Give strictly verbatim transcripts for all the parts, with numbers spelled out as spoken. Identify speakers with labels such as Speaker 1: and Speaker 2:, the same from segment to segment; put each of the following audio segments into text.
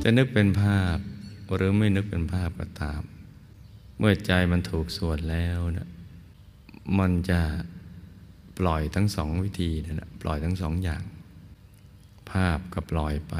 Speaker 1: จะนึกเป็นภาพหรือไม่นึกเป็นภาพก็ตาม เมื่อใจมันถูกส่วนแล้วนะมันจะปล่อยทั้งสองวิธีนะนะปล่อยทั้งสองอย่าง ภาพก็ปล่อยไป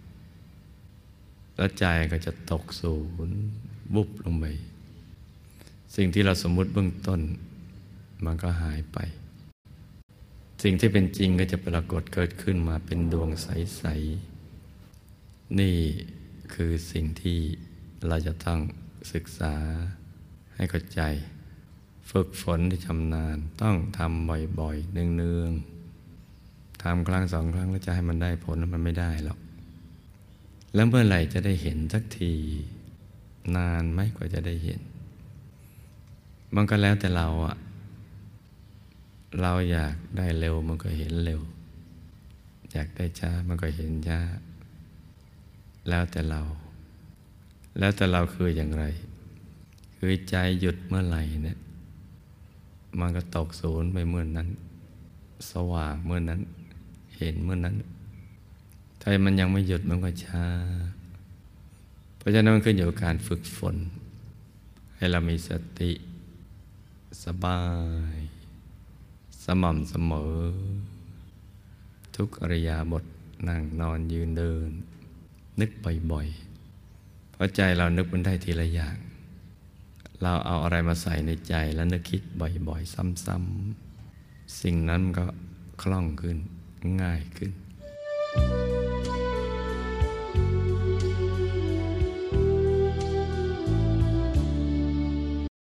Speaker 1: แล้วใจก็จะตกศูนย์บุบลงไปสิ่งที่เราสมมุติเบื้องต้นมันก็หายไปสิ่งที่เป็นจริงก็จะปรากฏเกิดขึ้นมาเป็นดวงใสๆนี่คือสิ่งที่เราจะต้องศึกษาให้เข้าใจฝึกฝนที่ชำนาญต้องทำบ่อยๆเนืองๆทำครั้งสองครั้งแล้วจะให้มันได้ผลมันไม่ได้หรอกแล้วเมื่อไหร่จะได้เห็นสักทีนานไหมกว่าจะได้เห็นมันก็แล้วแต่เราอะเราอยากได้เร็วมันก็เห็นเร็วอยากได้ช้ามันก็เห็นช้าแล้วแต่เราแล้วแต่เราคืออย่างไรคือใจหยุดเมื่อไหร่เนี่ยมันก็ตกศูนย์ไปเมื่อนั้นสว่างเมื่อนั้นเห็นเมื่อนั้นถ้ามันยังไม่หยุดมันก็ช้าเพราะฉะนั้นมันขึ้นอยู่กับการฝึกฝนให้เรามีสติสบายสม่ำเสมอทุกอริยาบถนั่งนอนยืนเดินนึกบ่อยๆเพราะใจเรานึกมันได้ทีละอย่างเราเอาอะไรมาใส่ในใจแล้วนึกคิดบ่อยๆซ้ำๆสิ่งนั้นก็คล่องขึ้นง่ายขึ้น